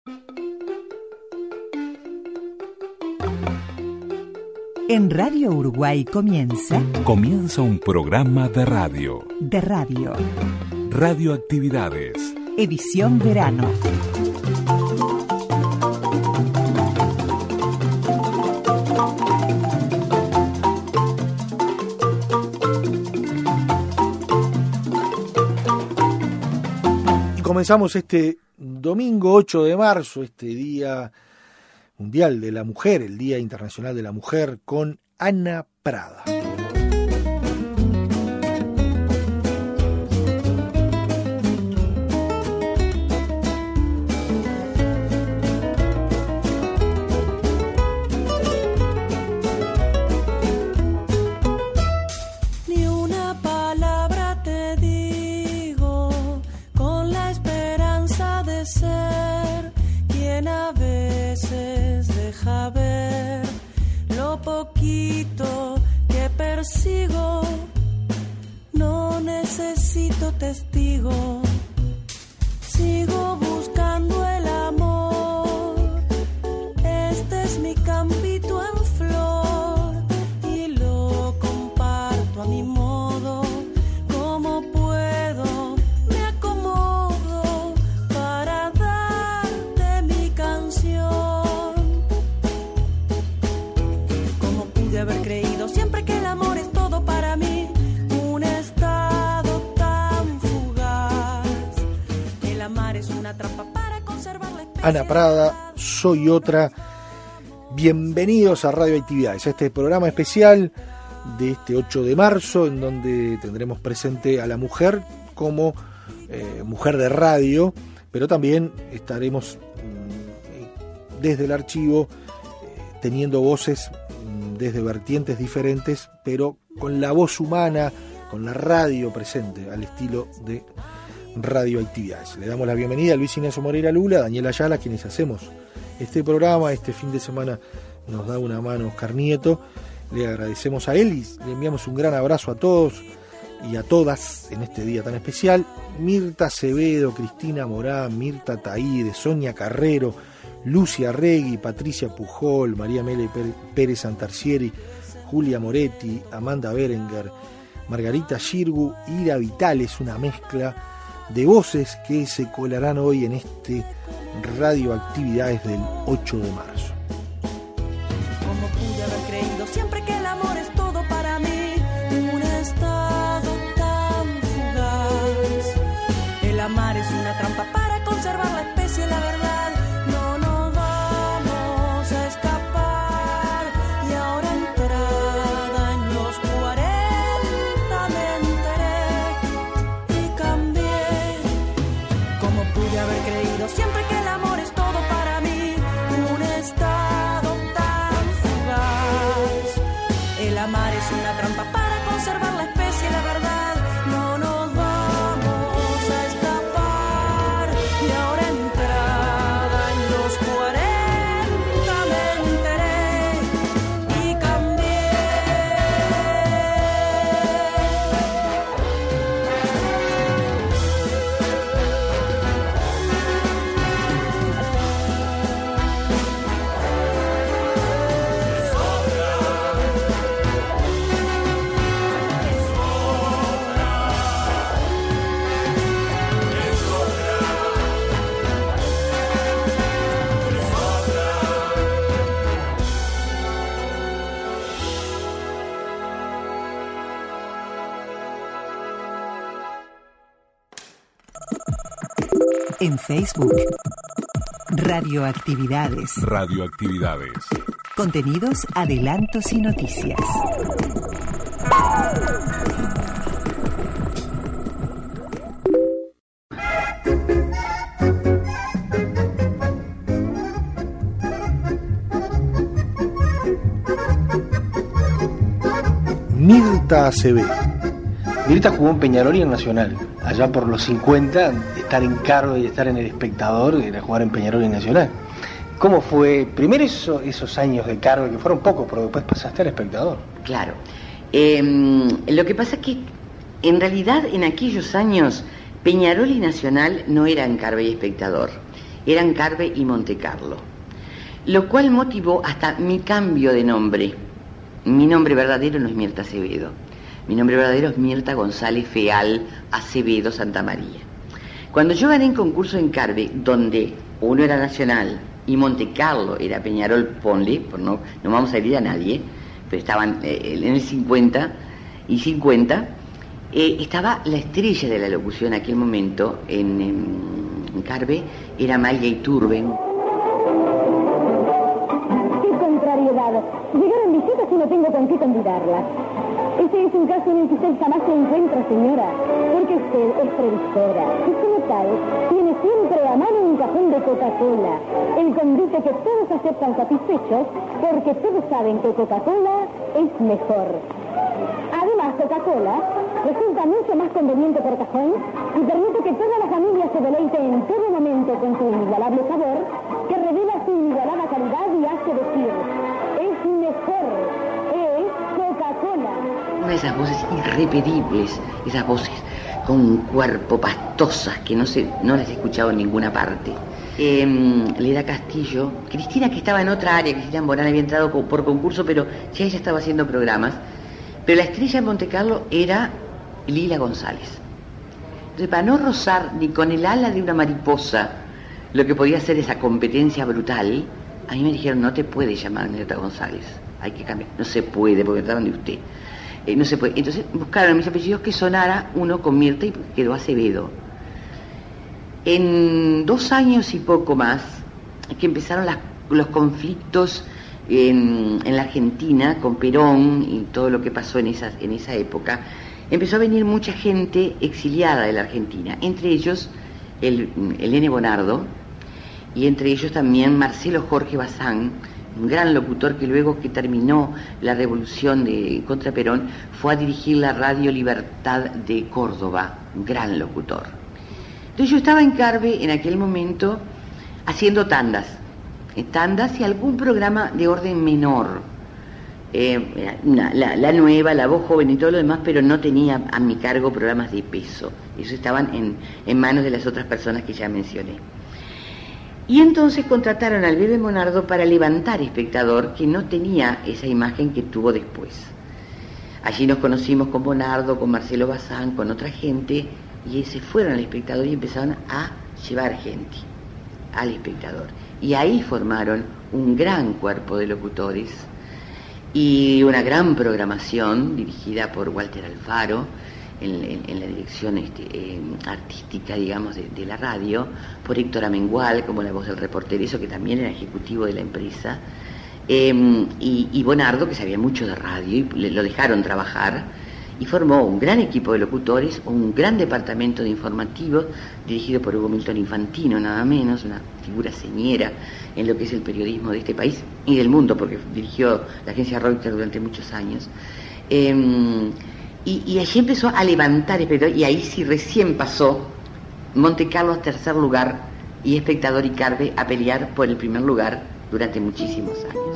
En Radio Uruguay comienza un programa de radio. Radioactividades. Edición verano. Y comenzamos este domingo 8 de marzo, este Día Mundial de la Mujer, el Día Internacional de la Mujer, con Ana Prada. Ni una palabra te digo, con la esperanza de ser quien a veces deja ver lo poquito que persigo. No necesito testigo, sigo buscando el amor. Este es mi campito en flor y lo comparto a mi modo. Como puedo, me acomodo para darte mi canción. Como pude haber creído siempre que el amor es todo para mí, un estado tan fugaz. El amar es una trampa para conservar la especie. Ana Prada, Soy Otra. Bienvenidos a Radioactividades, a este programa especial de este 8 de marzo, en donde tendremos presente a la mujer como mujer de radio, pero también estaremos desde el archivo teniendo voces desde vertientes diferentes, pero con la voz humana, con la radio presente, al estilo de Radioactividades. Le damos la bienvenida a Luis Ignacio Moreira Lula, a Daniel Ayala, quienes hacemos este programa. Este fin de semana nos da una mano Oscar Nieto. Le agradecemos a él y le enviamos un gran abrazo a todos y a todas en este día tan especial. Mirta Acevedo, Cristina Morán, Mirta Taíde, Sonia Carrero, Lucia Regui, Patricia Pujol, María Mele Pérez Santarcieri, Julia Moretti, Amanda Berenguer, Margarita Girgu, Ira Vital. Es una mezcla de voces que se colarán hoy en este Radioactividades del 8 de marzo. Como pude haber creído siempre que el amor es todo para mí, un estado tan fugaz. El amar es una trampa para conservar la especie, la verdad. No nos vamos a escapar. Y ahora entrada en los 40 me enteré y cambié. Como pude haber creído siempre que el amor es todo para mí, un estado tan fugaz. El amar es una trampa para conservar la especie, la verdad. No nos vamos a escapar. Y ahora entrada en los 40 me enteré y cambié. en Facebook. Radioactividades. Contenidos, adelantos y noticias. Mirta Acevedo. Mirta jugó en Peñarol y en Nacional. Allá por los 50, estar en Cargo y estar en El Espectador era jugar en Peñarol y Nacional. ¿Cómo fue? Primero esos años de Cargo, que fueron pocos, pero después pasaste al Espectador. Claro. Lo que pasa es que, en realidad, en aquellos años, Peñarol y Nacional no eran Cargo y Espectador. eran Carve y Montecarlo, lo cual motivó hasta mi cambio de nombre. Mi nombre verdadero no es Mirta Acevedo, mi nombre verdadero es Mirta González Feal Acevedo Santamaría. Cuando yo gané en concurso en Carve, donde uno era nacional y Montecarlo era Peñarol Ponle, no vamos a herir a nadie, pero estaban en el 50 y 50, estaba la estrella de la locución en aquel momento en Carve, era Amalia Iturben. ¡Qué contrariedad! Llegaron visitas y no tengo con qué convidarlas. Este es un caso en el que usted jamás se encuentra, señora, porque usted es previsora y como tal tiene siempre a mano un cajón de Coca-Cola, el convite que todos aceptan satisfechos porque todos saben que Coca-Cola es mejor. Además, Coca-Cola resulta mucho más conveniente por cajón y permite que toda la familia se deleite en todo momento con su inigualable sabor, que revela su inigualada calidad y hace decir, es mejor, es Coca-Cola. Una de esas voces irrepetibles, esas voces con un cuerpo pastosas que no las he escuchado en ninguna parte. Leda Castillo, Cristina, que estaba en otra área, Cristina Morán había entrado por concurso, pero ya ella estaba haciendo programas, pero la estrella en Montecarlo era Lila González. Entonces, para no rozar ni con el ala de una mariposa lo que podía ser esa competencia brutal, a mí me dijeron, no te puedes llamar Mirta González, hay que cambiar. No se puede, porque trataban de usted. No se puede. Entonces buscaron mis apellidos que sonara uno con Mirta y quedó Acevedo. En 2 años y poco más, que empezaron los conflictos en la Argentina con Perón y todo lo que pasó en esa época, empezó a venir mucha gente exiliada de la Argentina, entre ellos el Nene Bonardo, y entre ellos también Marcelo Jorge Bazán, un gran locutor que luego que terminó la revolución contra Perón fue a dirigir la Radio Libertad de Córdoba, un gran locutor. Entonces yo estaba en Carve en aquel momento haciendo tandas y algún programa de orden menor, la nueva, la voz joven y todo lo demás, pero no tenía a mi cargo programas de peso, esos estaban en manos de las otras personas que ya mencioné. Y entonces contrataron al Bebe Monardo para levantar Espectador, que no tenía esa imagen que tuvo después. Allí nos conocimos con Bonardo, con Marcelo Bazán, con otra gente, y se fueron al Espectador y empezaron a llevar gente al Espectador. Y ahí formaron un gran cuerpo de locutores y una gran programación dirigida por Walter Alfaro, en la dirección artística, digamos, de la radio, por Héctor Amengual, como la voz del reportero, eso que también era ejecutivo de la empresa, y Bonardo, que sabía mucho de radio, y lo dejaron trabajar, y formó un gran equipo de locutores, un gran departamento de informativos, dirigido por Hugo Milton Infantino, nada menos, una figura señera en lo que es el periodismo de este país y del mundo, porque dirigió la agencia Reuters durante muchos años. Y allí empezó a levantar Espectador, y ahí sí recién pasó Montecarlo a tercer lugar y Espectador y Carve a pelear por el primer lugar durante muchísimos años.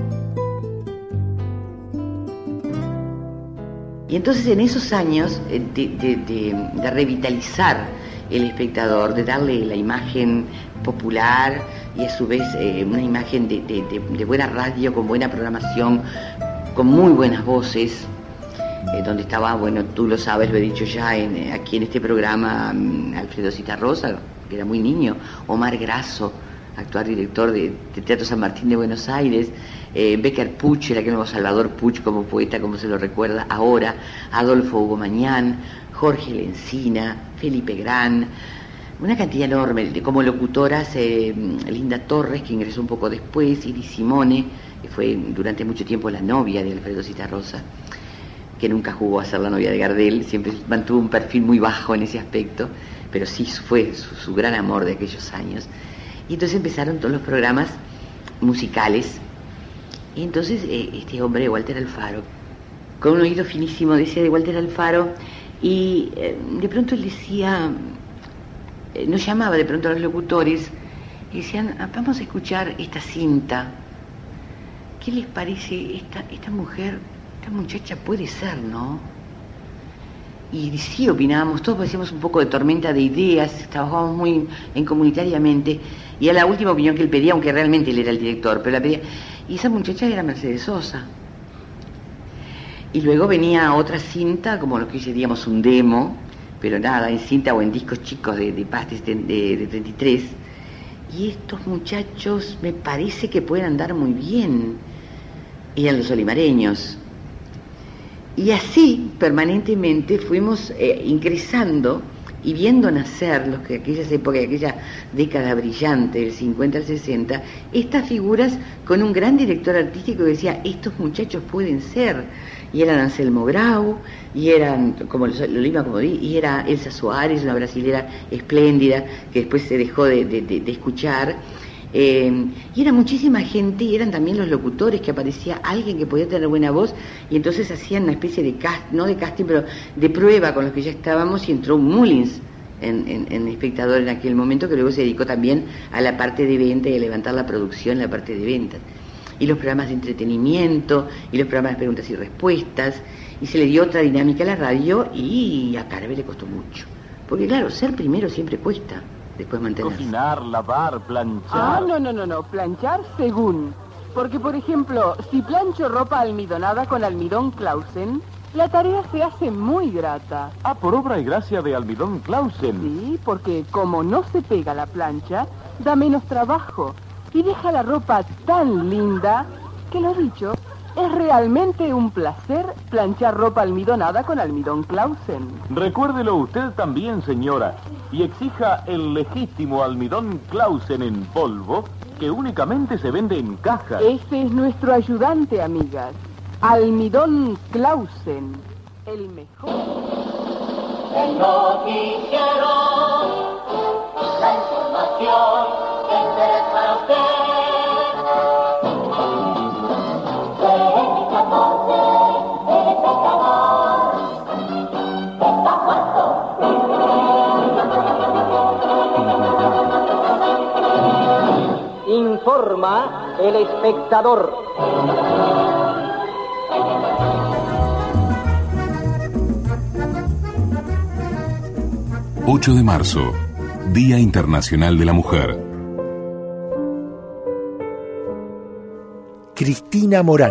Y entonces en esos años de revitalizar el Espectador, de darle la imagen popular y a su vez una imagen de buena radio, con buena programación, con muy buenas voces, donde estaba, bueno, tú lo sabes, lo he dicho ya aquí en este programa, Alfredo Citarrosa, que era muy niño, Omar Grasso, actual director de Teatro San Martín de Buenos Aires, Becker Puch, el nuevo Salvador Puch como poeta, como se lo recuerda ahora, Adolfo Hugo Mañán, Jorge Lencina, Felipe Gran, una cantidad enorme, como locutoras, Linda Torres, que ingresó un poco después, Iris Simone, que fue durante mucho tiempo la novia de Alfredo Citarrosa, que nunca jugó a ser la novia de Gardel, siempre mantuvo un perfil muy bajo en ese aspecto, pero sí fue su gran amor de aquellos años. Y entonces empezaron todos los programas musicales, y entonces este hombre, Walter Alfaro, con un oído finísimo, decía de Walter Alfaro, y de pronto él decía, nos llamaba de pronto a los locutores, y decían, vamos a escuchar esta cinta, ¿qué les parece esta mujer? Esta muchacha puede ser, ¿no? Y sí opinábamos, todos hacíamos un poco de tormenta de ideas, trabajábamos muy comunitariamente, Y era la última opinión que él pedía, aunque realmente él era el director, pero la pedía. Y esa muchacha era Mercedes Sosa. Y luego venía otra cinta, como lo que hoy diríamos un demo, pero nada, en cinta o en discos chicos de 33. Y estos muchachos me parece que pueden andar muy bien. Eran los olimareños. Y así, permanentemente, fuimos ingresando y viendo nacer los que aquellas épocas, aquella década brillante, del 50 al 60, estas figuras con un gran director artístico que decía, estos muchachos pueden ser. Y eran Anselmo Grau, y eran, como Lolima, como di, y era Elsa Soares, una brasilera espléndida, que después se dejó de escuchar. Y era muchísima gente, y eran también los locutores, que aparecía alguien que podía tener buena voz, y entonces hacían una especie de no de casting, pero de prueba con los que ya estábamos, y entró Mullins en espectador en aquel momento, que luego se dedicó también a la parte de venta y a levantar la producción en la parte de ventas. Y los programas de entretenimiento, y los programas de preguntas y respuestas, y se le dio otra dinámica a la radio, y a Carve le costó mucho. Porque claro, ser primero siempre cuesta, después mantenerse. Cocinar, lavar, planchar. Ah, no, planchar según. Porque, por ejemplo, si plancho ropa almidonada con almidón Clausen, la tarea se hace muy grata. Ah, por obra y gracia de almidón Clausen. Sí, porque como no se pega la plancha, da menos trabajo. Y deja la ropa tan linda que, lo dicho, es realmente un placer planchar ropa almidonada con almidón Clausen. Recuérdelo usted también, señora, y exija el legítimo almidón Clausen en polvo, que únicamente se vende en cajas. Ese es nuestro ayudante, amigas. Almidón Clausen, el mejor. El noticiero, la información que interesa para usted. Informa El Espectador. ...8 de marzo... Día Internacional de la Mujer. Cristina Morán.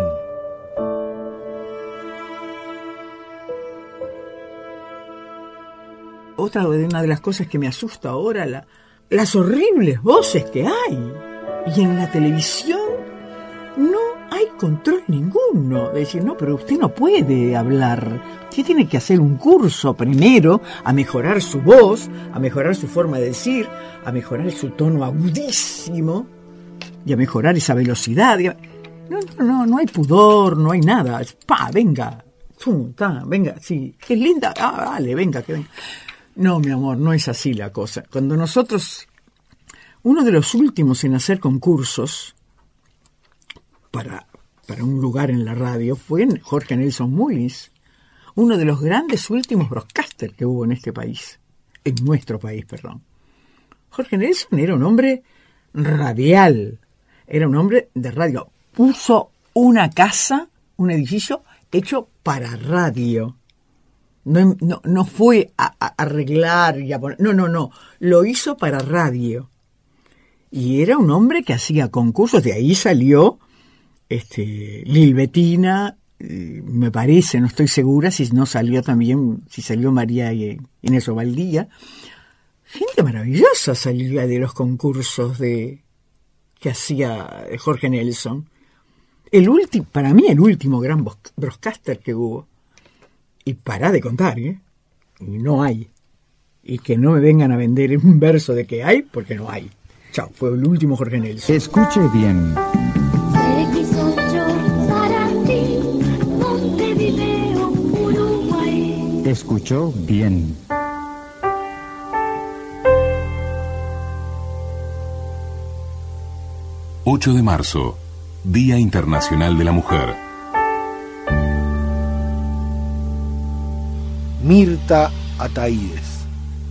Una de las cosas que me asusta ahora, las horribles voces que hay. Y en la televisión no hay control ninguno. De decir, no, pero usted no puede hablar. Usted tiene que hacer un curso primero a mejorar su voz, a mejorar su forma de decir, a mejorar su tono agudísimo y a mejorar esa velocidad. No hay pudor, no hay nada. Venga, venga, sí, que es linda, vale, venga, que venga. No, mi amor, no es así la cosa. Cuando nosotros, uno de los últimos en hacer concursos para un lugar en la radio fue Jorge Nelson Mullins, uno de los grandes últimos broadcasters que hubo en este país, en nuestro país, perdón. Jorge Nelson era un hombre radial, era un hombre de radio. Puso una casa, un edificio hecho para radio. No fue a arreglar y a poner... No. Lo hizo para radio. Y era un hombre que hacía concursos. De ahí salió Lil Bettina, me parece, no estoy segura si no salió también, si salió María Inés Ovaldía. Gente maravillosa salía de los concursos que hacía Jorge Nelson. Para mí el último gran broadcaster que hubo. Y para de contar, y no hay. Y que no me vengan a vender un verso de que hay, porque no hay. Chao, fue el último Jorge Nelson. Escuche bien. X8 Sarandí, Montevideo, Uruguay. Escuchó bien. ...8 de marzo... Día Internacional de la Mujer. Mirta Ataídes.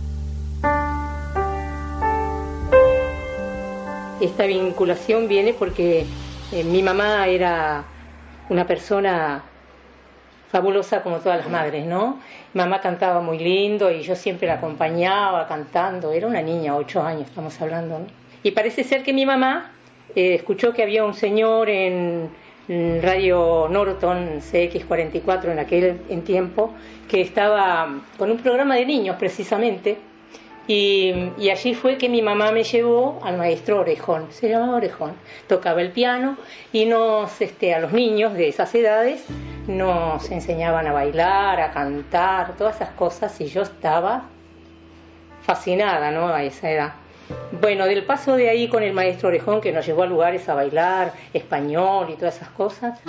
Esta vinculación viene porque mi mamá era una persona fabulosa como todas las madres, ¿no? Mamá cantaba muy lindo y yo siempre la acompañaba cantando. Era una niña, 8 años estamos hablando, ¿no? Y parece ser que mi mamá escuchó que había un señor en Radio Norton CX44 en tiempo, que estaba con un programa de niños precisamente, y allí fue que mi mamá me llevó al maestro Orejón. Se llamaba Orejón, tocaba el piano y a los niños de esas edades nos enseñaban a bailar, a cantar, todas esas cosas, y yo estaba fascinada, ¿no?, a esa edad. Bueno, del paso de ahí con el maestro Orejón, que nos llevó a lugares a bailar español y todas esas cosas.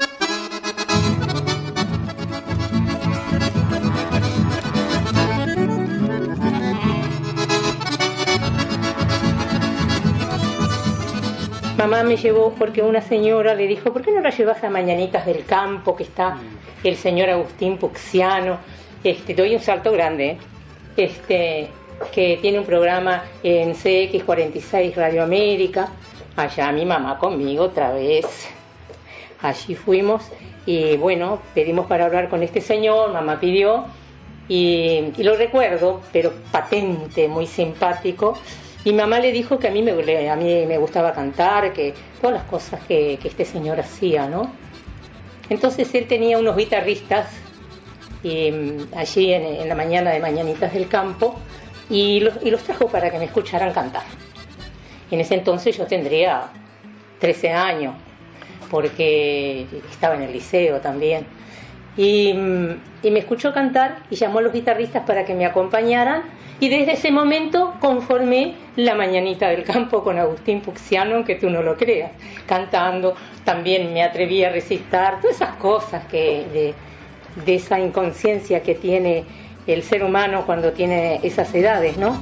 Mamá me llevó porque una señora le dijo, ¿por qué no la llevas a Mañanitas del Campo, que está el señor Agustín Puxiano? Doy un salto grande, que tiene un programa en CX46 Radio América. Allá mi mamá conmigo otra vez. Allí fuimos y bueno, pedimos para hablar con este señor, mamá pidió, y lo recuerdo, pero patente, muy simpático. Y mamá le dijo que a mí me gustaba cantar, que todas las cosas que este señor hacía, ¿no? Entonces él tenía unos guitarristas allí en la mañana de Mañanitas del Campo, y los trajo para que me escucharan cantar. En ese entonces yo tendría 13 años, porque estaba en el liceo también. Y me escuchó cantar y llamó a los guitarristas para que me acompañaran, y desde ese momento conformé la Mañanita del Campo con Agustín Puxiano, aunque tú no lo creas, cantando. También me atreví a recitar, todas esas cosas de esa inconsciencia que tiene el ser humano cuando tiene esas edades, ¿no?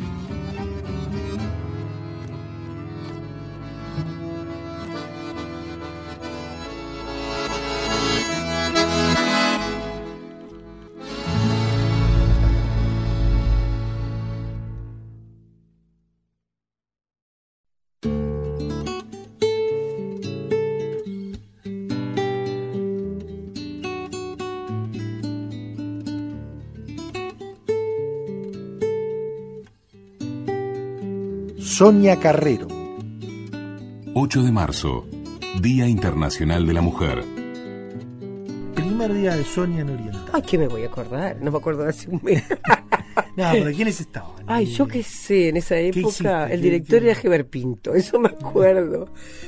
Sonia Carrero. 8 de marzo, Día Internacional de la Mujer. Primer día de Sonia en Oriental. Ay, ¿qué me voy a acordar? No me acuerdo de hace un mes. No, pero ¿quiénes estaban? Ay, yo qué sé, en esa época el director era Heber Pinto, eso me acuerdo.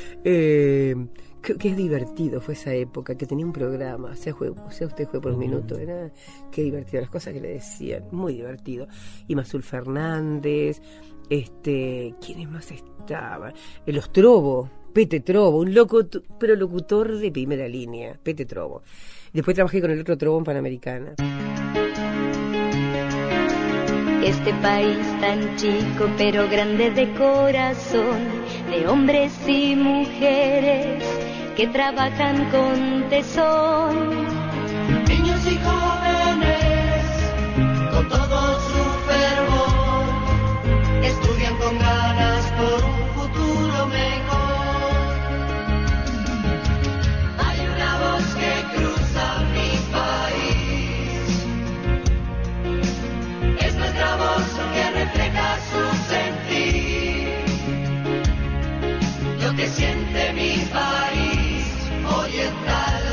Qué divertido fue esa época, que tenía un programa, usted juega por un minuto, era qué divertido, las cosas que le decían, muy divertido. Y Mazul Fernández, ¿quiénes más estaban? Los Trobo, Pete Trobo, un loco, pero locutor de primera línea, Pete Trobo. Después trabajé con el otro Trobo en Panamericana. Este país tan chico pero grande de corazón, de hombres y mujeres que trabajan con tesón. Niños y jóvenes, con todo su fervor, estudian con ganas por un futuro mejor. Hay una voz que cruza mi país, es nuestra voz que refleja su sentir, lo que siente mi país oriental,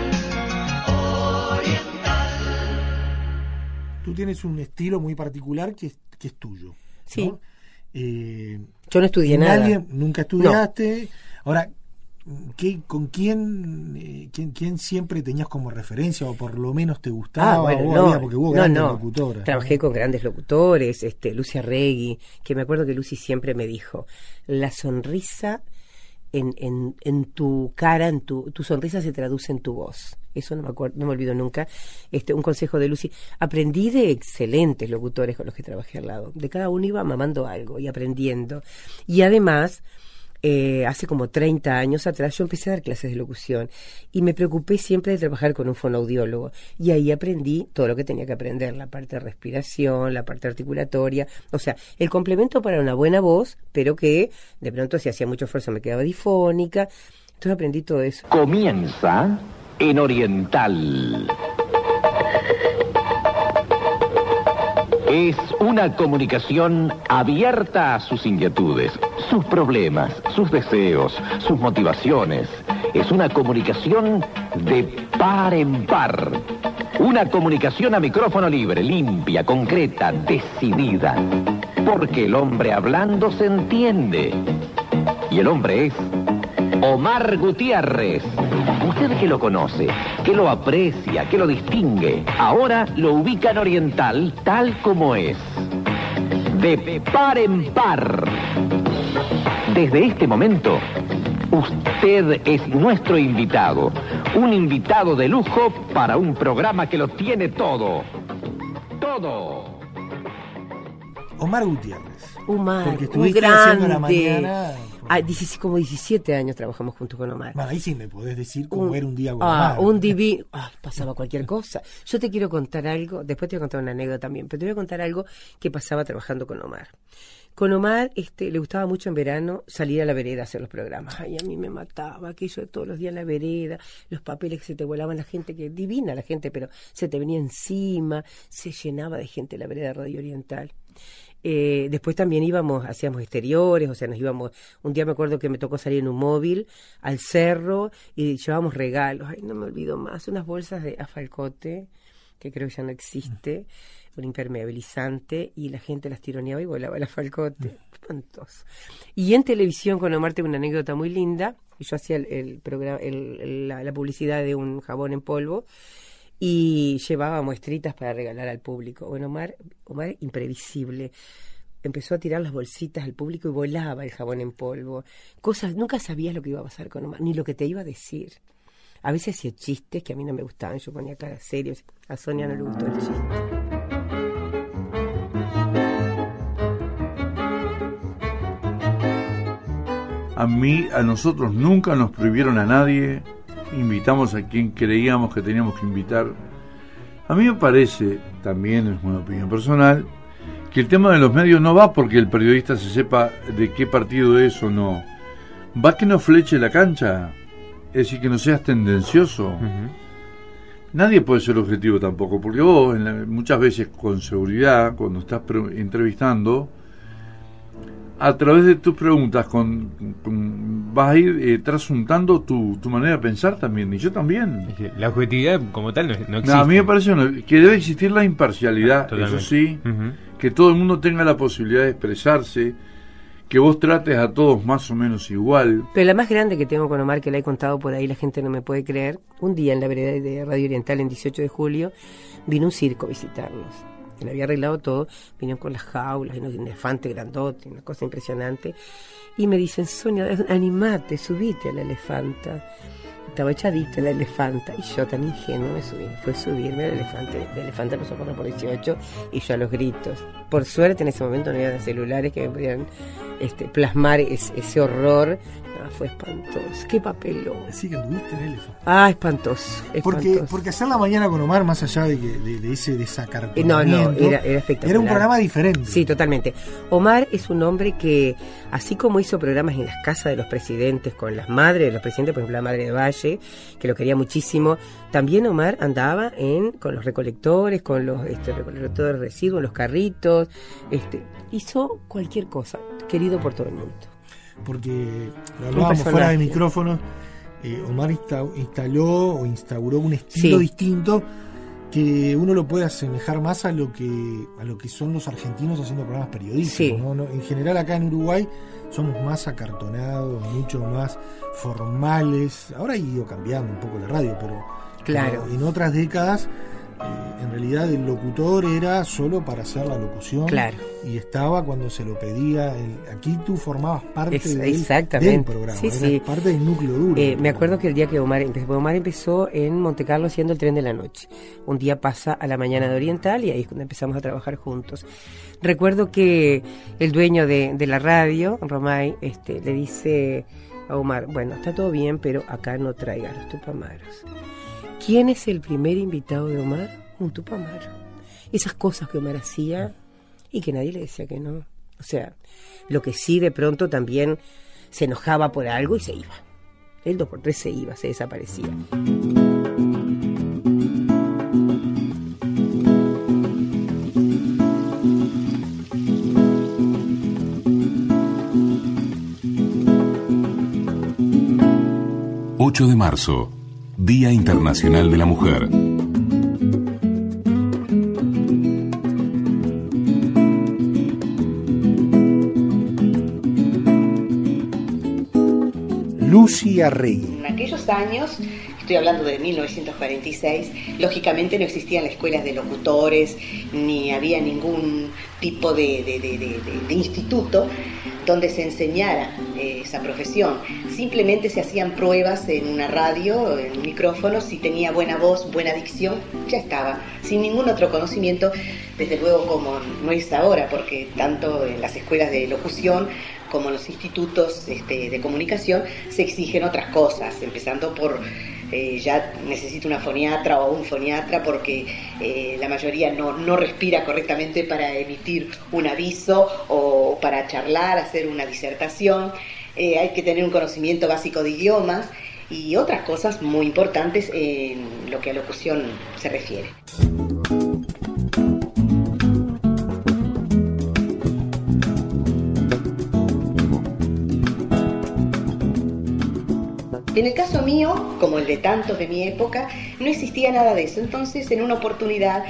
oriental. Tú tienes un estilo muy particular que es tuyo. Sí. ¿No? Yo no estudié nada. Nunca estudiaste. No. Ahora, ¿con quién siempre tenías como referencia o por lo menos te gustaba? Porque hubo grandes locutoras. Trabajé con grandes locutores, Lucia Regui, que me acuerdo que Lucy siempre me dijo, la sonrisa en tu cara, tu sonrisa se traduce en tu voz. Eso no me olvido nunca. Un consejo de Lucy. Aprendí de excelentes locutores con los que trabajé al lado. De cada uno iba mamando algo y aprendiendo. Y además, hace como 30 años atrás yo empecé a dar clases de locución y me preocupé siempre de trabajar con un fonoaudiólogo. Y ahí aprendí todo lo que tenía que aprender, la parte de respiración, la parte articulatoria, o sea, el complemento para una buena voz, pero que de pronto si hacía mucho esfuerzo me quedaba difónica. Entonces aprendí todo eso. Comienza en Oriental. Es una comunicación abierta a sus inquietudes, sus problemas, sus deseos, sus motivaciones. Es una comunicación de par en par. Una comunicación a micrófono libre, limpia, concreta, decidida. Porque el hombre hablando se entiende. Y el hombre es Omar Gutiérrez. Usted que lo conoce, que lo aprecia, que lo distingue, ahora lo ubica en Oriental tal como es. De par en par. Desde este momento, usted es nuestro invitado. Un invitado de lujo para un programa que lo tiene todo. Todo. Omar Gutiérrez. Omar, porque un estuviste haciendo la grande. mañana. Como 17 años trabajamos junto con Omar. Bueno, ahí sí me podés decir cómo era un día con Omar. Un divino. Pasaba cualquier cosa. Yo te quiero contar algo, después te voy a contar una anécdota también, pero te voy a contar algo que pasaba trabajando con Omar. Con Omar le gustaba mucho en verano salir a la vereda a hacer los programas. Ay, a mí me mataba aquello de todos los días en la vereda, los papeles que se te volaban, la gente, que divina la gente, pero se te venía encima, se llenaba de gente la vereda de Radio Oriental. Después también hacíamos exteriores, o sea, nos íbamos, un día me acuerdo que me tocó salir en un móvil al cerro y llevábamos regalos, ay, no me olvido más, unas bolsas de Afalcote, que creo que ya no existe, un impermeabilizante, y la gente las tironeaba y volaba el Afalcote, espantoso. Y en televisión con Omar tengo una anécdota muy linda, y yo hacía el programa, la publicidad de un jabón en polvo, y llevaba muestritas para regalar al público. Bueno, Omar imprevisible, empezó a tirar las bolsitas al público y volaba el jabón en polvo. Cosas, nunca sabías lo que iba a pasar con Omar, ni lo que te iba a decir. A veces hacía chistes que a mí no me gustaban, yo ponía cara seria, a Sonia no le gustó el chiste. A nosotros nunca nos prohibieron a nadie. Invitamos a quien creíamos que teníamos que invitar. A mí me parece, también es una opinión personal, que el tema de los medios no va porque el periodista se sepa de qué partido es o no. Va que no fleche la cancha, es decir, que no seas tendencioso. Nadie puede ser objetivo tampoco, porque vos muchas veces con seguridad, cuando estás entrevistando, a través de tus preguntas vas a ir trasuntando tu manera de pensar también, y yo también. La objetividad como tal no existe. A mí me parece que debe existir la imparcialidad, totalmente. Eso sí, que todo el mundo tenga la posibilidad de expresarse, que vos trates a todos más o menos igual. Pero la más grande que tengo con Omar, que la he contado por ahí, la gente no me puede creer, un día en la vereda de Radio Oriental, en 18 de julio, vino un circo a visitarnos. Que le había arreglado todo, vinieron con las jaulas, un elefante grandote, una cosa impresionante, y me dicen, Sonia, animate, subite a la elefanta. Estaba echadita la elefanta, y yo tan ingenuo me subí, fue subirme al elefante, el elefante pasó por 18, y yo a los gritos. Por suerte en ese momento no había celulares que me pudieran plasmar ese horror. Fue espantoso, qué papelón. Así que anduviste en elefante. Espantoso. Porque hacer la mañana con Omar, más allá de ese desacartonamiento, era espectacular. Era un programa diferente. Sí, totalmente. Omar es un hombre que, así como hizo programas en las casas de los presidentes, con las madres de los presidentes, por ejemplo la madre de Valle, que lo quería muchísimo, también Omar andaba con los recolectores, con los recolectores de residuos, los carritos, hizo cualquier cosa, querido por todo el mundo. Porque lo hablábamos fuera de micrófono, Omar instauró un estilo distinto que uno lo puede asemejar más a lo que son los argentinos haciendo programas periodísticos. ¿No? En general acá en Uruguay somos más acartonados, mucho más formales. Ahora ha ido cambiando un poco la radio, pero en otras décadas en realidad el locutor era solo para hacer la locución, y estaba cuando se lo pedía. Aquí tú formabas parte del programa, eras parte del núcleo duro. Me acuerdo que el día que Omar empezó en Monte Carlo haciendo el tren de la noche, un día pasa a la mañana de Oriental y ahí es cuando empezamos a trabajar juntos. Recuerdo que el dueño de la radio, Romay, le dice a Omar, bueno, está todo bien, pero acá no traigas los tupamaros. ¿Quién es el primer invitado de Omar? Un tupamaro. Esas cosas que Omar hacía y que nadie le decía que no. O sea, lo que sí de pronto también se enojaba por algo y se iba. El 2x3 se iba, se desaparecía. 8 de marzo, Día Internacional de la Mujer. Lucy Arregui. En aquellos años, estoy hablando de 1946, lógicamente no existían las escuelas de locutores, ni había ningún tipo de instituto donde se enseñara esa profesión. Simplemente se hacían pruebas en una radio, en un micrófono, si tenía buena voz, buena dicción, ya estaba, sin ningún otro conocimiento, desde luego como no es ahora, porque tanto en las escuelas de locución como en los institutos de comunicación se exigen otras cosas, empezando por ya necesita una foniatra o un foniatra porque la mayoría no respira correctamente para emitir un aviso o para charlar, hacer una disertación. Hay que tener un conocimiento básico de idiomas y otras cosas muy importantes en lo que a locución se refiere. En el caso mío, como el de tantos de mi época, no existía nada de eso. Entonces, en una oportunidad,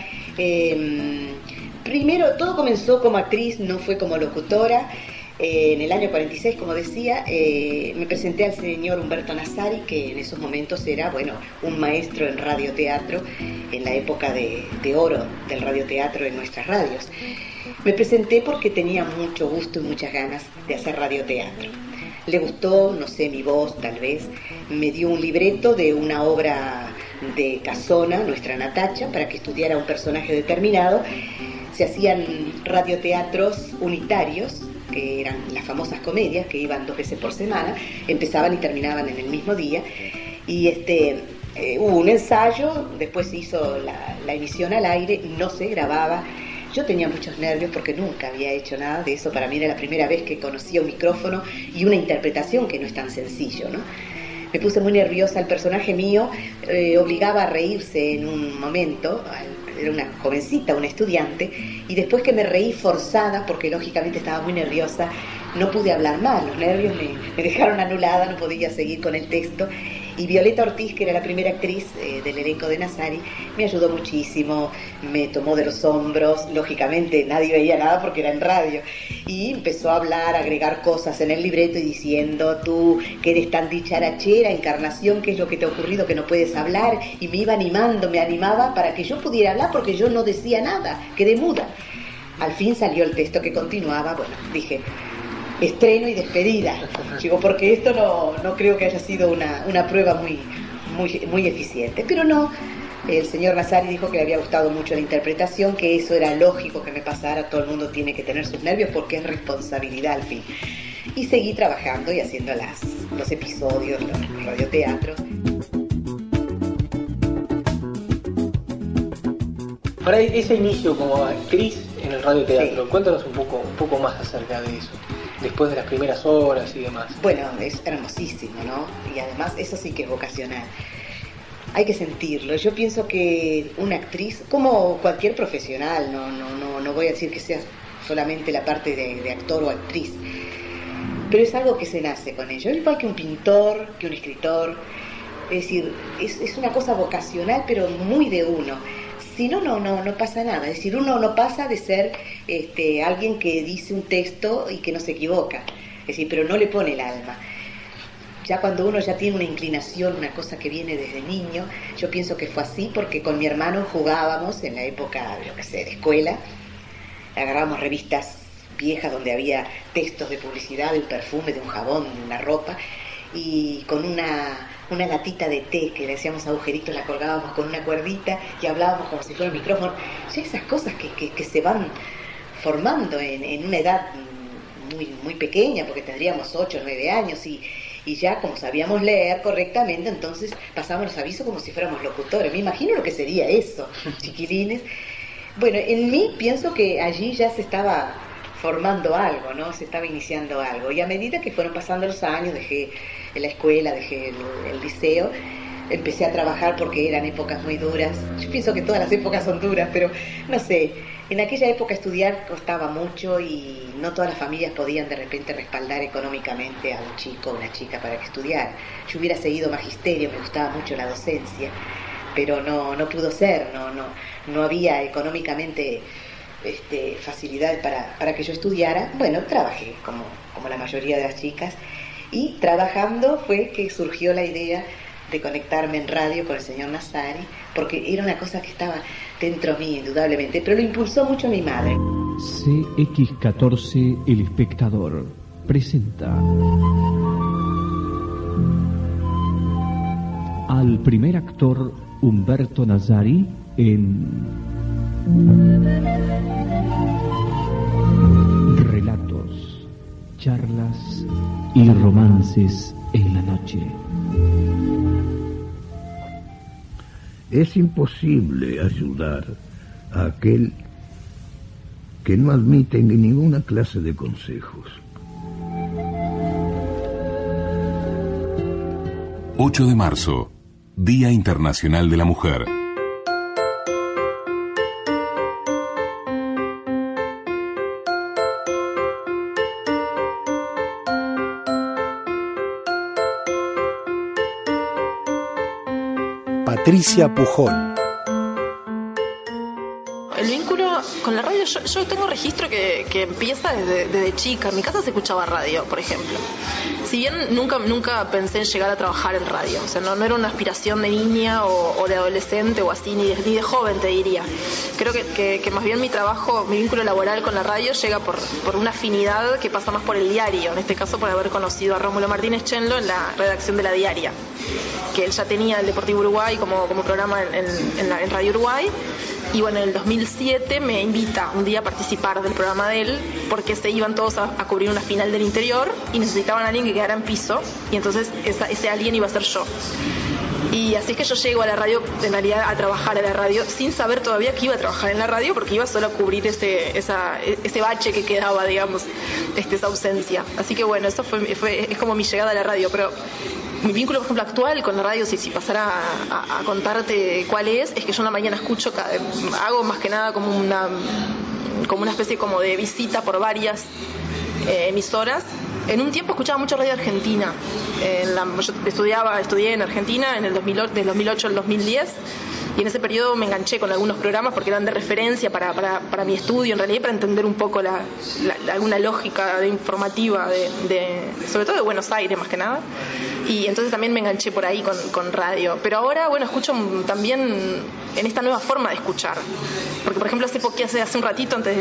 primero todo comenzó como actriz, no fue como locutora. En el año 46, como decía, me presenté al señor Humberto Nassari, que en esos momentos era, un maestro en radioteatro, en la época de oro del radioteatro en nuestras radios. Me presenté porque tenía mucho gusto y muchas ganas de hacer radioteatro. Le gustó, no sé, mi voz tal vez, me dio un libreto de una obra de Casona, nuestra Natacha, para que estudiara un personaje determinado. Se hacían radioteatros unitarios, que eran las famosas comedias, que iban 2 veces por semana, empezaban y terminaban en el mismo día, y hubo un ensayo, después se hizo la emisión al aire, no se grababa. Yo tenía muchos nervios porque nunca había hecho nada de eso. Para mí era la primera vez que conocía un micrófono y una interpretación que no es tan sencillo, ¿no? Me puse muy nerviosa. El personaje mío obligaba a reírse en un momento. Era una jovencita, una estudiante, y después que me reí forzada, porque lógicamente estaba muy nerviosa, no pude hablar más. Los nervios me dejaron anulada, no podía seguir con el texto. Y Violeta Ortiz, que era la primera actriz del elenco de Nassari, me ayudó muchísimo, me tomó de los hombros, lógicamente nadie veía nada porque era en radio, y empezó a hablar, a agregar cosas en el libreto y diciendo, tú que eres tan dicharachera, Encarnación, ¿qué es lo que te ha ocurrido que no puedes hablar? Y me iba animando, me animaba para que yo pudiera hablar porque yo no decía nada, quedé muda. Al fin salió el texto que continuaba, dije, estreno y despedida. Digo, porque esto no creo que haya sido una prueba muy eficiente. Pero no, el señor Nassari dijo que le había gustado mucho la interpretación, que eso era lógico que me pasara, todo el mundo tiene que tener sus nervios porque es responsabilidad al fin. Y seguí trabajando y haciendo los episodios, los radioteatros. Para ese inicio como actriz en el radioteatro, Sí. Cuéntanos un poco más acerca de eso. Después de las primeras horas y demás. Bueno, es hermosísimo, ¿no? Y además eso sí que es vocacional. Hay que sentirlo. Yo pienso que una actriz, como cualquier profesional, no voy a decir que sea solamente la parte de actor o actriz, pero es algo que se nace con ello. Igual que un pintor, que un escritor. Es decir, es una cosa vocacional, pero muy de uno. Si no pasa nada. Es decir, uno no pasa de ser alguien que dice un texto y que no se equivoca. Es decir, pero no le pone el alma. Ya cuando uno ya tiene una inclinación, una cosa que viene desde niño, yo pienso que fue así porque con mi hermano jugábamos en la época, de escuela, agarrábamos revistas viejas donde había textos de publicidad, de un perfume, de un jabón, de una ropa, y con una latita de té que le hacíamos agujeritos, la colgábamos con una cuerdita y hablábamos como si fuera un micrófono. Ya esas cosas que se van formando en una edad muy pequeña, porque tendríamos 8 o 9 años, y ya como sabíamos leer correctamente, entonces pasábamos los avisos como si fuéramos locutores. Me imagino lo que sería eso, chiquilines. Bueno, en mí pienso que allí ya se estaba formando algo, ¿no? Se estaba iniciando algo. Y a medida que fueron pasando los años, dejé la escuela, dejé el liceo, empecé a trabajar porque eran épocas muy duras. Yo pienso que todas las épocas son duras, pero no sé, En aquella época estudiar costaba mucho y no todas las familias podían de repente respaldar económicamente a un chico o una chica para que estudiara. Yo hubiera seguido magisterio, me gustaba mucho la docencia, pero no pudo ser, no había económicamente facilidad para que yo estudiara. Bueno, trabajé como la mayoría de las chicas, y trabajando fue que surgió la idea de conectarme en radio con el señor Nazari, porque era una cosa que estaba dentro mío, indudablemente, pero lo impulsó mucho mi madre. CX14 El Espectador presenta al primer actor Humberto Nazari en relatos, charlas y romances en la noche. Es imposible ayudar a aquel que no admite ninguna clase de consejos. 8 de marzo, Día Internacional de la Mujer. Patricia Pujol. El vínculo con la radio, yo tengo registro que empieza desde chica. En mi casa se escuchaba radio, por ejemplo. Si bien nunca pensé en llegar a trabajar en radio, o sea, no era una aspiración de niña o de adolescente o así, ni de joven, te diría. Creo que más bien mi vínculo laboral con la radio llega por una afinidad que pasa más por el diario, en este caso por haber conocido a Rómulo Martínez Chenlo en la redacción de La Diaria, que él ya tenía el Deportivo Uruguay como programa en Radio Uruguay. Y bueno, en el 2007 me invita un día a participar del programa de él, porque se iban todos a cubrir una final del interior y necesitaban a alguien que quedara en piso, y entonces ese alguien iba a ser yo. Y así es que yo llego a la radio, en realidad a trabajar en la radio, sin saber todavía que iba a trabajar en la radio, porque iba solo a cubrir ese bache que quedaba, digamos, esa ausencia. Así que bueno, eso es como mi llegada a la radio. Pero mi vínculo, por ejemplo, actual con la radio, si pasara a contarte cuál es que yo en la mañana escucho, hago más que nada como una especie como de visita por varias emisoras. En un tiempo escuchaba mucho radio argentina. Yo estudié en Argentina del 2008 al 2010, y en ese periodo me enganché con algunos programas porque eran de referencia para mi estudio, en realidad, para entender un poco alguna lógica informativa sobre todo de Buenos Aires, más que nada. Y entonces también me enganché por ahí con radio. Pero ahora, bueno, escucho también en esta nueva forma de escuchar. Porque, por ejemplo, hace un ratito, antes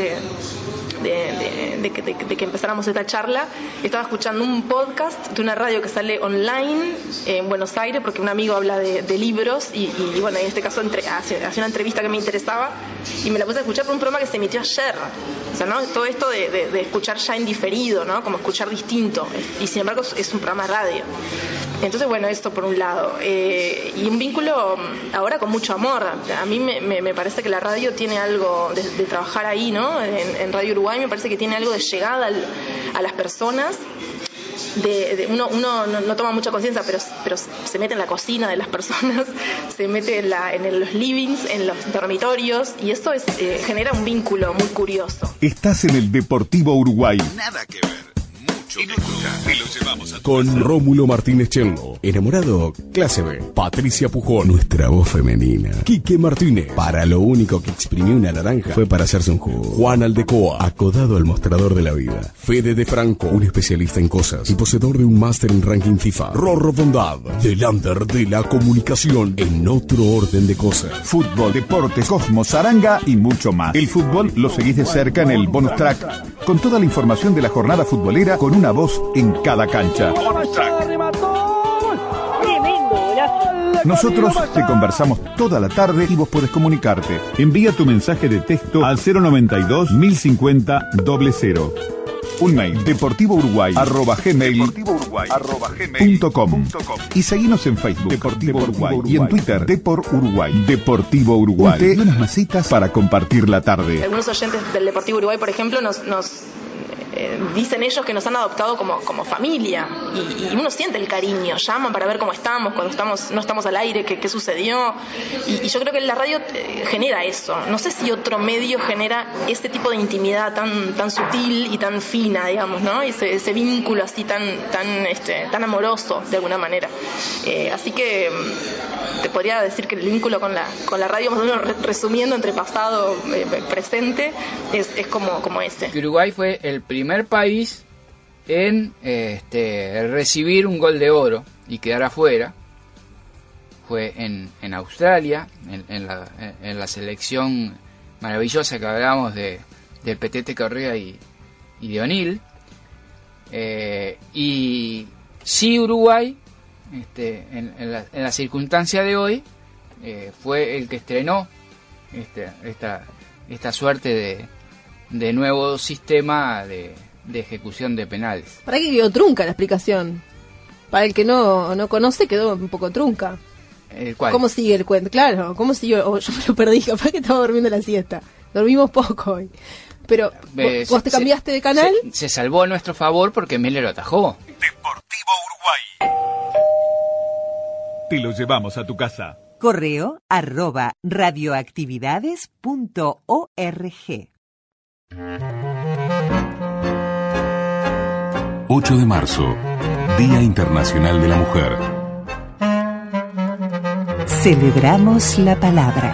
de que empezáramos esta charla, estaba escuchando un podcast de una radio que sale online en Buenos Aires, porque un amigo habla de libros y bueno, en este caso hace una entrevista que me interesaba, y me la puse a escuchar por un programa que se emitió ayer. O sea, ¿no? Todo esto de escuchar ya en diferido, ¿no? Como escuchar distinto, y sin embargo es un programa de radio. Entonces, bueno, esto por un lado. Y un vínculo ahora con mucho amor. A mí me parece que la radio tiene algo de trabajar ahí, ¿no? En Radio Uruguay me parece que tiene algo de llegada a las personas. Uno no toma mucha conciencia, pero se mete en la cocina de las personas, se mete en los livings, en los dormitorios, y eso genera un vínculo muy curioso. Estás en el Deportivo Uruguay. Nada que ver. Y lo llevamos a con Rómulo Martínez Chenlo, Enamorado, Clase B, Patricia Pujol, nuestra voz femenina, Quique Martínez, para lo único que exprimió una naranja fue para hacerse un jugo, Juan Aldecoa, acodado al mostrador de la vida, Fede de Franco, un especialista en cosas y poseedor de un máster en ranking FIFA, Rorro Bondad, del under de la comunicación, en otro orden de cosas. Fútbol, deportes, cosmos, aranga y mucho más. El fútbol lo seguís de cerca en el bonus track, con toda la información de la jornada futbolera, con una voz en cada cancha. Nosotros te conversamos toda la tarde y vos podés comunicarte. Envía tu mensaje de texto al 092 1050 00. Un mail, deportivouruguay@gmail.com. Y seguinos en Facebook, Deportivo Uruguay, y en Twitter, Depor Uruguay. Deportivo Uruguay. Y unas masitas para compartir la tarde. Algunos oyentes del Deportivo Uruguay, por ejemplo, dicen ellos que nos han adoptado como familia, y uno siente el cariño, llaman para ver cómo estamos, cuando no estamos al aire, qué sucedió, y yo creo que la radio genera eso. No sé si otro medio genera este tipo de intimidad tan sutil y tan fina, digamos, ¿no? Ese vínculo así tan amoroso de alguna manera. Así que te podría decir que el vínculo con la radio, más o menos resumiendo entre pasado presente, es como ese. Uruguay fue el primer país en recibir un gol de oro y quedar afuera. Fue en Australia, en la selección maravillosa que hablábamos del Petete Correa y de O'Neill. Y sí, Uruguay, en la circunstancia de hoy, fue el que estrenó esta suerte de nuevo sistema de ejecución de penales. Para que quedó trunca la explicación. Para el que no conoce, quedó un poco trunca. ¿Cuál? ¿Cómo sigue el cuento? Claro, ¿cómo siguió? Yo me lo perdí, capaz que estaba durmiendo la siesta. Dormimos poco hoy. Pero, ¿vos te cambiaste de canal? Se salvó a nuestro favor porque Mele lo atajó. Deportivo Uruguay. Te lo llevamos a tu casa. Correo @radioactividades.org. 8 de marzo, Día Internacional de la Mujer. Celebramos la palabra.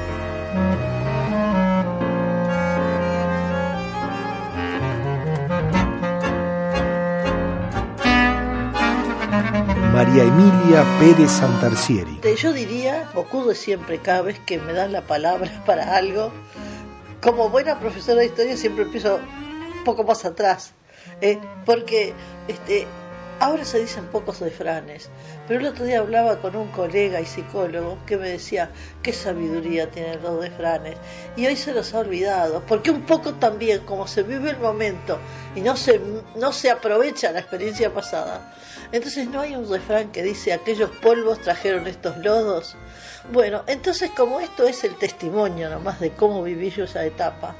María Emilia Pérez Santarcieri. Yo diría, ocurre siempre cada vez que me dan la palabra para algo, como buena profesora de historia siempre empiezo un poco más atrás, porque ahora se dicen pocos refranes, pero el otro día hablaba con un colega y psicólogo que me decía qué sabiduría tienen los refranes, y hoy se los ha olvidado, porque un poco también como se vive el momento y no se aprovecha la experiencia pasada, entonces no hay un refrán que dice aquellos polvos trajeron estos lodos. Bueno, entonces como esto es el testimonio nomás de cómo viví yo esa etapa,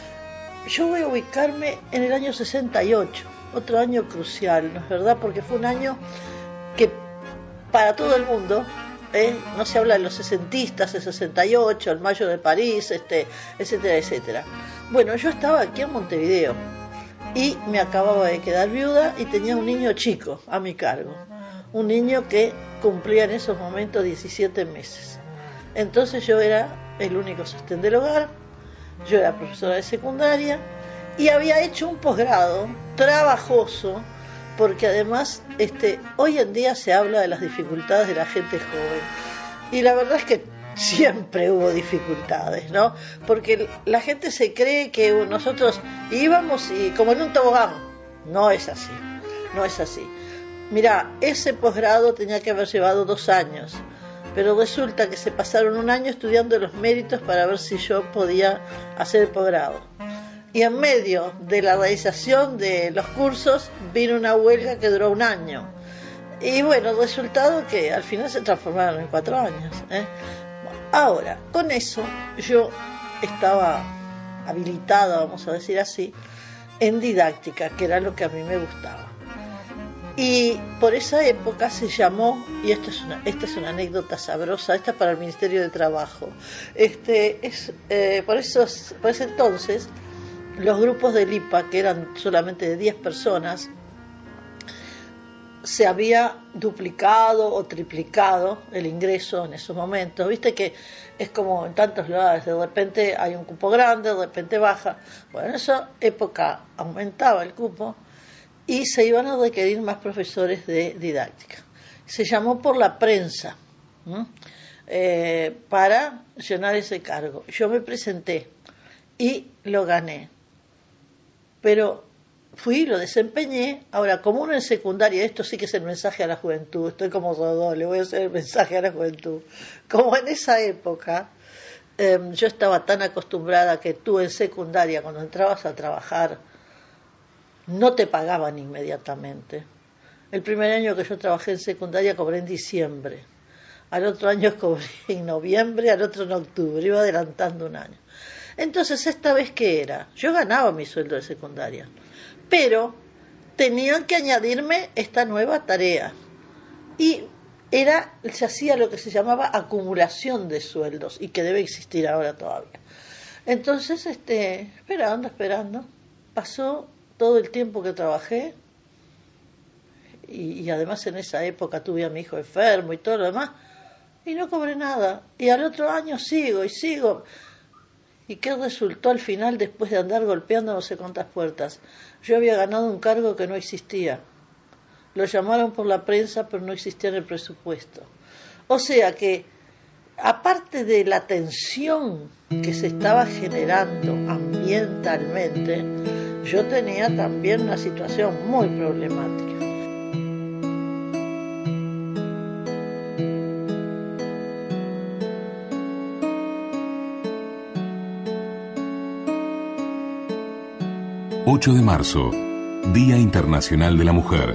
yo voy a ubicarme en el año 68, otro año crucial, ¿no es verdad? Porque fue un año que para todo el mundo, no se habla de los sesentistas, el 68, el mayo de París, etcétera, etcétera. Bueno, yo estaba aquí en Montevideo y me acababa de quedar viuda y tenía un niño chico a mi cargo, un niño que cumplía en esos momentos 17 meses. Entonces yo era el único sostén del hogar, yo era profesora de secundaria y había hecho un posgrado trabajoso, porque además hoy en día se habla de las dificultades de la gente joven, y la verdad es que siempre hubo dificultades, ¿no? Porque la gente se cree que nosotros íbamos y como en un tobogán. No es así, no es así. Mirá, ese posgrado tenía que haber llevado 2 años, pero resulta que se pasaron 1 año estudiando los méritos para ver si yo podía hacer el posgrado. Y en medio de la realización de los cursos vino una huelga que duró 1 año. Y bueno, el resultado que al final se transformaron en 4 años. Ahora, con eso yo estaba habilitada, vamos a decir así, en didáctica, que era lo que a mí me gustaba. Y por esa época se llamó, y esta es una anécdota sabrosa, esta es para el Ministerio de Trabajo, por ese entonces los grupos del IPA, que eran solamente de 10 personas, se había duplicado o triplicado el ingreso en esos momentos. Viste que es como en tantos lugares, de repente hay un cupo grande, de repente baja. Bueno, en esa época aumentaba el cupo y se iban a requerir más profesores de didáctica. Se llamó por la prensa para llenar ese cargo. Yo me presenté y lo gané, pero fui, lo desempeñé. Ahora, como uno en secundaria, esto sí que es el mensaje a la juventud, estoy como Rodó, le voy a hacer el mensaje a la juventud. Como en esa época yo estaba tan acostumbrada que tú en secundaria, cuando entrabas a trabajar, no te pagaban inmediatamente. El primer año que yo trabajé en secundaria cobré en diciembre, al otro año cobré en noviembre, al otro en octubre, iba adelantando 1 año. Entonces, ¿esta vez qué era? Yo ganaba mi sueldo de secundaria, pero tenían que añadirme esta nueva tarea. Y se hacía lo que se llamaba acumulación de sueldos, y que debe existir ahora todavía. Entonces, esperando, pasó todo el tiempo que trabajé, y además en esa época tuve a mi hijo enfermo y todo lo demás, y no cobré nada. Y al otro año sigo. ¿Y qué resultó al final, después de andar golpeando no sé cuántas puertas? Yo había ganado un cargo que no existía. Lo llamaron por la prensa, pero no existía en el presupuesto. O sea que, aparte de la tensión que se estaba generando ambientalmente, yo tenía también una situación muy problemática. ...8 de marzo... Día Internacional de la Mujer.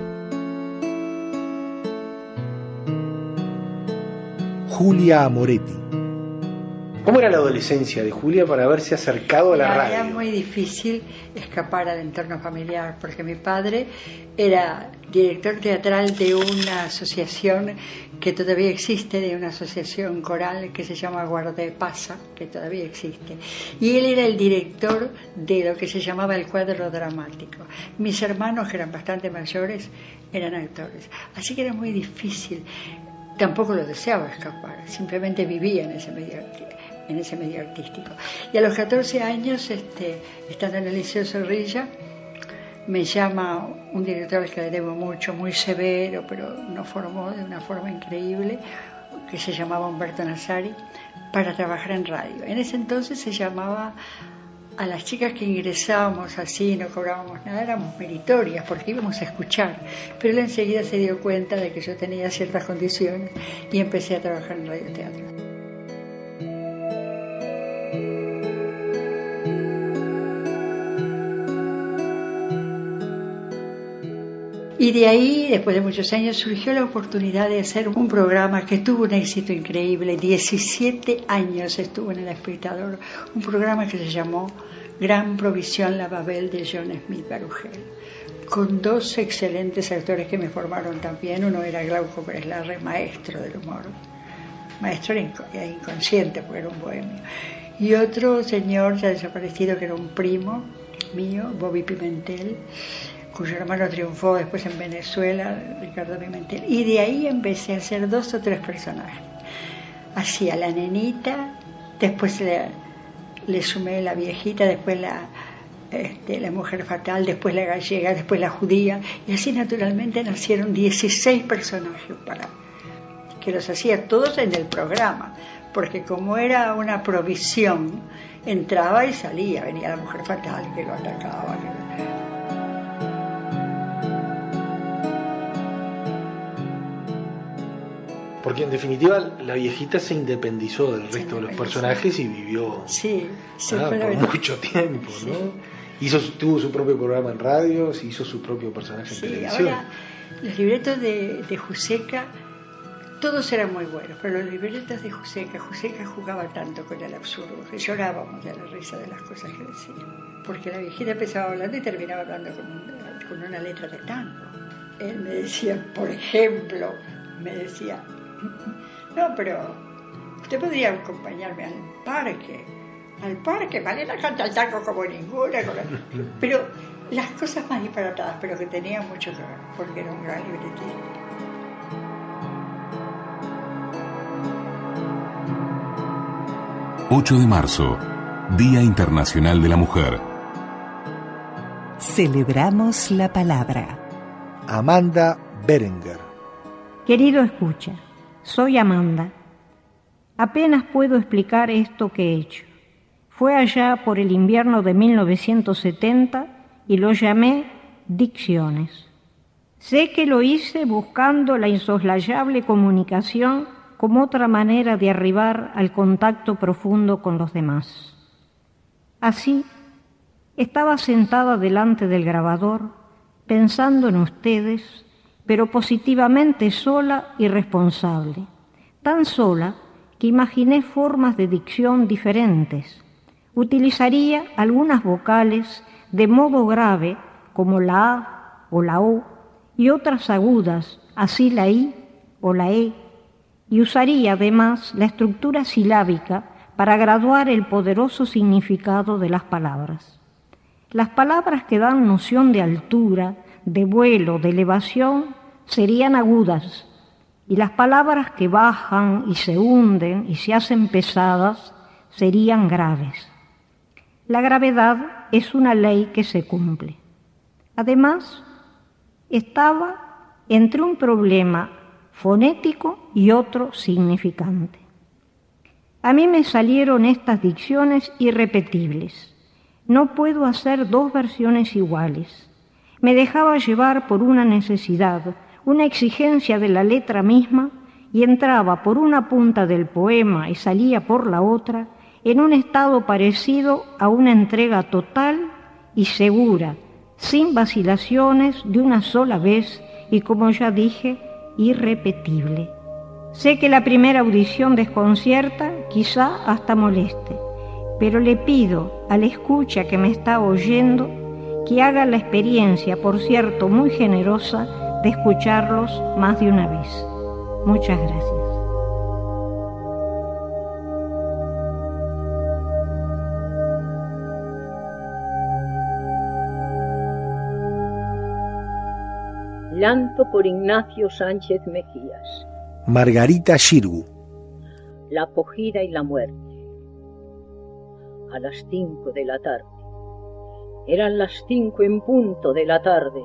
Julia Moretti. ¿Cómo era la adolescencia de Julia para haberse acercado a la radio? Era muy difícil escapar al entorno familiar, porque mi padre era director teatral de una asociación que todavía existe, de una asociación coral que se llama Guardapasa, que todavía existe. Y él era el director de lo que se llamaba el cuadro dramático. Mis hermanos, que eran bastante mayores, eran actores. Así que era muy difícil. Tampoco lo deseaba escapar, simplemente vivía en ese medio artístico. Y a los 14 años, estando en el Liceo Zorrilla, me llama un director al que le debo mucho, muy severo, pero nos formó de una forma increíble, que se llamaba Humberto Nazari, para trabajar en radio. En ese entonces se llamaba a las chicas que ingresábamos así, no cobrábamos nada, éramos meritorias porque íbamos a escuchar, pero él enseguida se dio cuenta de que yo tenía ciertas condiciones y empecé a trabajar en radioteatro. Y de ahí, después de muchos años, surgió la oportunidad de hacer un programa que tuvo un éxito increíble. 17 años estuvo en El Espectador, un programa que se llamó Gran Provisión La Babel, de John Smith Barugel, con dos excelentes actores que me formaron también. Uno era Glauco Pérez Larre, maestro del humor, maestro inconsciente porque era un bohemio, y otro señor ya desaparecido que era un primo mío, Bobby Pimentel, cuyo hermano triunfó después en Venezuela, Ricardo Pimentel. Y de ahí empecé a hacer 2 o 3 personajes. Hacía la nenita, después le sumé la viejita, después la mujer fatal, después la gallega, después la judía, y así naturalmente nacieron 16 personajes que los hacía todos en el programa, porque como era una provisión, entraba y salía, venía la mujer fatal que lo atacaba. Porque en definitiva la viejita se independizó del resto de los personajes y vivió por mucho tiempo, ¿no? Tuvo su propio programa en radio, hizo su propio personaje en televisión. Ahora, los libretos de Juseca, todos eran muy buenos, pero los libretos de Juseca jugaba tanto con el absurdo que llorábamos de la risa de las cosas que decía. Porque la viejita empezaba hablando y terminaba hablando con una letra de tango. Él me decía, por ejemplo, no, pero usted podría acompañarme al parque, Malena canta el tango como ninguna, pero las cosas más disparatadas, pero que tenían mucho que ver, porque era un gran libretista. ...8 de marzo... Día Internacional de la Mujer. Celebramos la palabra. Amanda Berenguer. Querido escucha, soy Amanda. Apenas puedo explicar esto que he hecho. Fue allá por el invierno de 1970 y lo llamé Dicciones. Sé que lo hice buscando la insoslayable comunicación como otra manera de arribar al contacto profundo con los demás. Así, estaba sentada delante del grabador, pensando en ustedes, pero positivamente sola y responsable, tan sola que imaginé formas de dicción diferentes. Utilizaría algunas vocales de modo grave como la A o la O, y otras agudas, así la I o la E, y usaría además la estructura silábica para graduar el poderoso significado de las palabras. Las palabras que dan noción de altura, de vuelo, de elevación, serían agudas, y las palabras que bajan y se hunden y se hacen pesadas serían graves. La gravedad es una ley que se cumple. Además, estaba entre un problema fonético y otro significante. A mí me salieron estas dicciones irrepetibles. No puedo hacer dos versiones iguales. Me dejaba llevar por una necesidad, una exigencia de la letra misma, y entraba por una punta del poema y salía por la otra, en un estado parecido a una entrega total y segura, sin vacilaciones, de una sola vez y, como ya dije, irrepetible. Sé que la primera audición desconcierta, quizá hasta moleste, pero le pido a la escucha que me está oyendo que haga la experiencia, por cierto muy generosa, de escucharlos más de una vez. Muchas gracias. Llanto por Ignacio Sánchez Mejías. Margarita Xirgu. La acogida y la muerte. A las 5 de la tarde. Eran las 5 en punto de la tarde.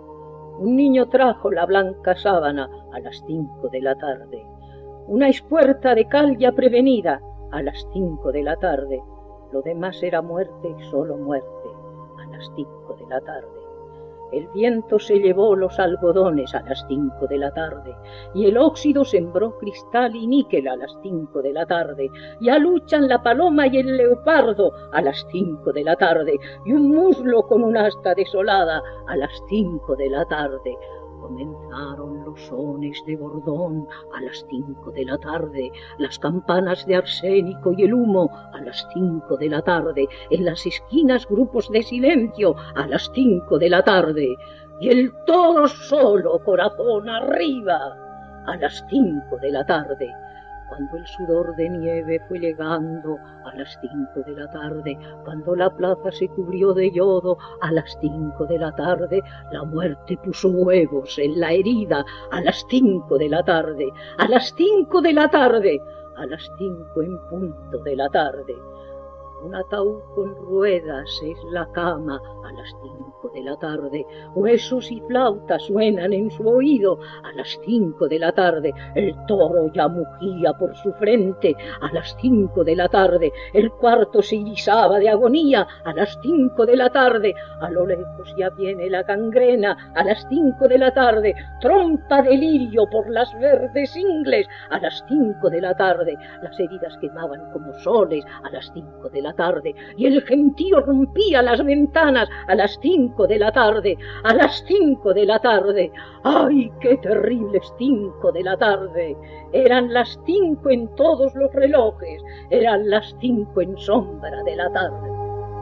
Un niño trajo la blanca sábana a las 5 de la tarde. Una espuerta de cal ya prevenida a las 5 de la tarde. Lo demás era muerte y solo muerte a las 5 de la tarde. El viento se llevó los algodones a las 5 de la tarde, y el óxido sembró cristal y níquel a las 5 de la tarde. Ya luchan la paloma y el leopardo a las 5 de la tarde, y un muslo con un asta desolada a las 5 de la tarde. Comenzaron los sones de bordón a las 5 de la tarde, las campanas de arsénico y el humo a las 5 de la tarde, en las esquinas grupos de silencio a las 5 de la tarde, y el toro solo, corazón arriba, a las 5 de la tarde. Cuando el sudor de nieve fue llegando a las 5 de la tarde, cuando la plaza se cubrió de yodo a las 5 de la tarde, la muerte puso huevos en la herida a las 5 de la tarde, a las 5 de la tarde, a las 5 en punto de la tarde. Un ataúd con ruedas es la cama a las 5 de la tarde. Huesos y flautas suenan en su oído a las 5 de la tarde. El toro ya mugía por su frente a las 5 de la tarde. El cuarto se irisaba de agonía a las 5 de la tarde. A lo lejos ya viene la gangrena a las 5 de la tarde. Trompa de lirio por las verdes ingles a las 5 de la tarde. Las heridas quemaban como soles a las 5 de la tarde, y el gentío rompía las ventanas a las 5 de la tarde, a las 5 de la tarde. ¡Ay, qué terribles 5 de la tarde! Eran las 5 en todos los relojes, eran las 5 en sombra de la tarde.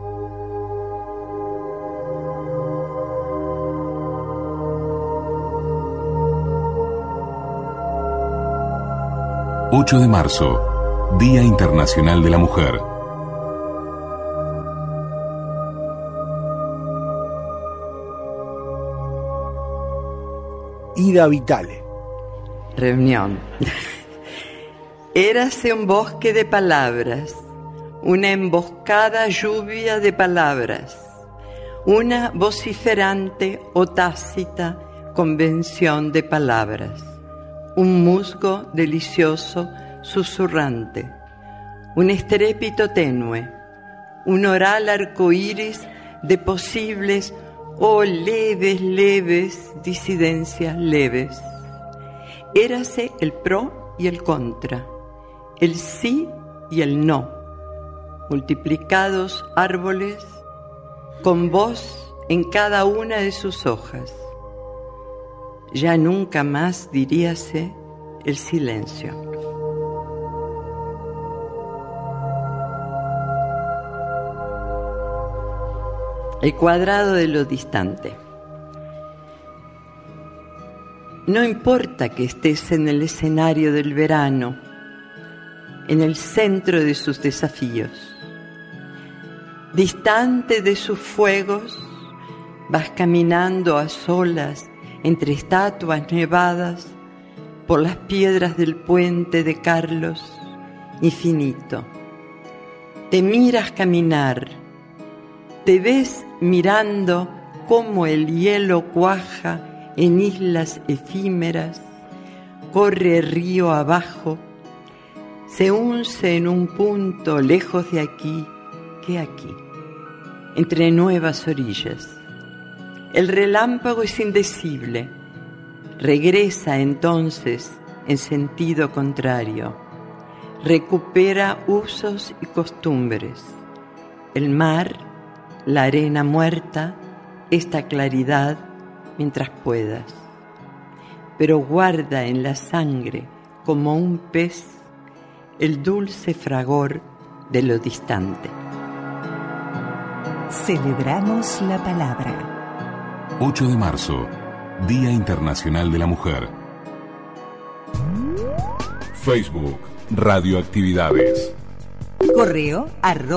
...8 de marzo... Día Internacional de la Mujer. Ida Vitale. Reunión. Érase un bosque de palabras, una emboscada lluvia de palabras, una vociferante o tácita convención de palabras, un musgo delicioso susurrante, un estrépito tenue, un oral arcoíris de posibles o leves disidencias leves. Érase el pro y el contra, el sí y el no, multiplicados árboles con voz en cada una de sus hojas. Ya nunca más diríase el silencio. el cuadrado de lo distante. No importa que estés en el escenario del verano, en el centro de sus desafíos. Distante de sus fuegos, vas caminando a solas entre estatuas nevadas por las piedras del puente de Carlos, infinito. Te miras caminar, te ves mirando cómo el hielo cuaja en islas efímeras, corre río abajo, se unce en un punto lejos de aquí que aquí, entre nuevas orillas. El relámpago es indecible, regresa entonces en sentido contrario, recupera usos y costumbres. El mar, la arena muerta, esta claridad mientras puedas, pero guarda en la sangre como un pez el dulce fragor de lo distante. Celebramos la palabra. 8 de marzo, Día Internacional de la Mujer. Facebook, Radioactividades. Correo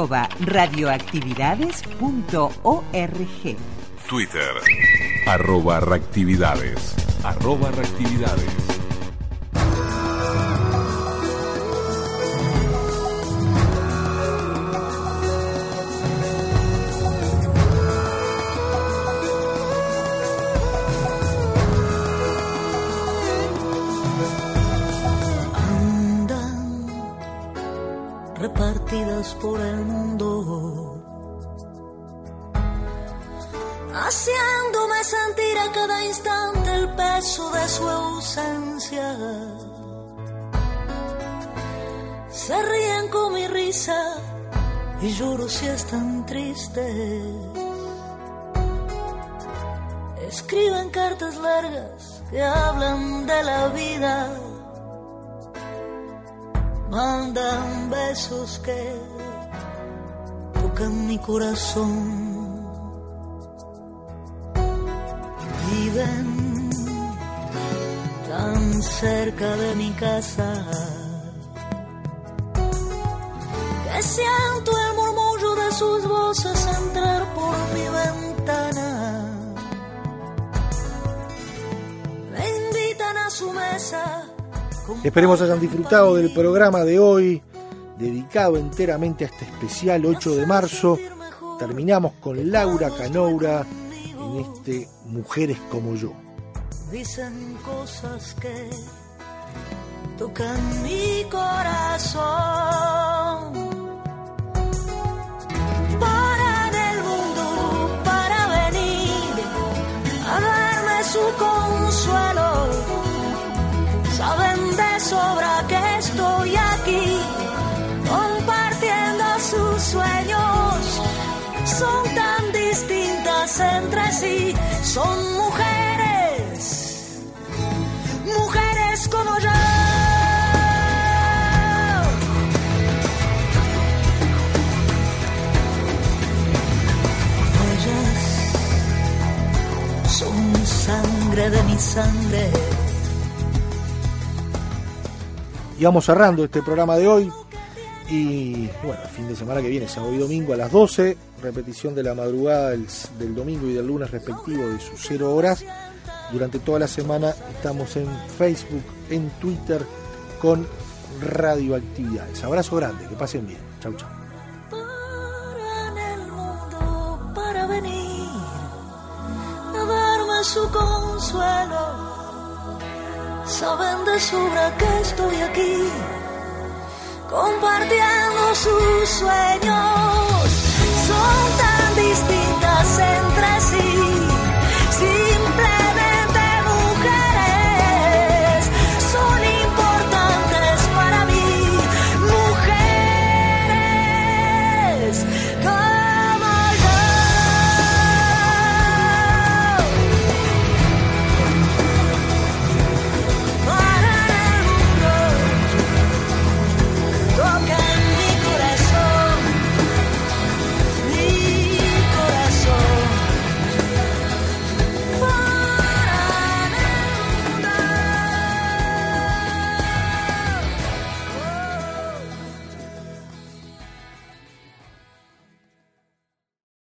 @radioactividades.org. Twitter, @reactividades. @reactividades. Repartidas por el mundo, haciéndome sentir a cada instante el peso de su ausencia. Se ríen con mi risa y lloro si están tristes. Escriben cartas largas que hablan de la vida. Mandan besos que tocan mi corazón. Viven tan cerca de mi casa que siento el murmullo de sus voces entrar por mi ventana. Me invitan a su mesa. Esperemos hayan disfrutado del programa de hoy, dedicado enteramente a este especial 8 de marzo. Terminamos con Laura Canoura en este Mujeres como yo. Dicen cosas que tocan mi corazón. Paran el mundo para venir a darme su consuelo. Saben de sobra que estoy aquí, compartiendo sus sueños. Son tan distintas entre sí, son mujeres, mujeres como yo. Ellas son sangre de mi sangre. Y vamos cerrando este programa de hoy. Y bueno, el fin de semana que viene, sábado y domingo a las 12, repetición de la madrugada del domingo y del lunes respectivo de sus 0 horas. Durante toda la semana estamos en Facebook, en Twitter con Radioactividades. Abrazo grande, que pasen bien. Chau, chau. Paran el mundo para venir a darme su consuelo. Saben de sobra que estoy aquí, compartiendo sus sueños.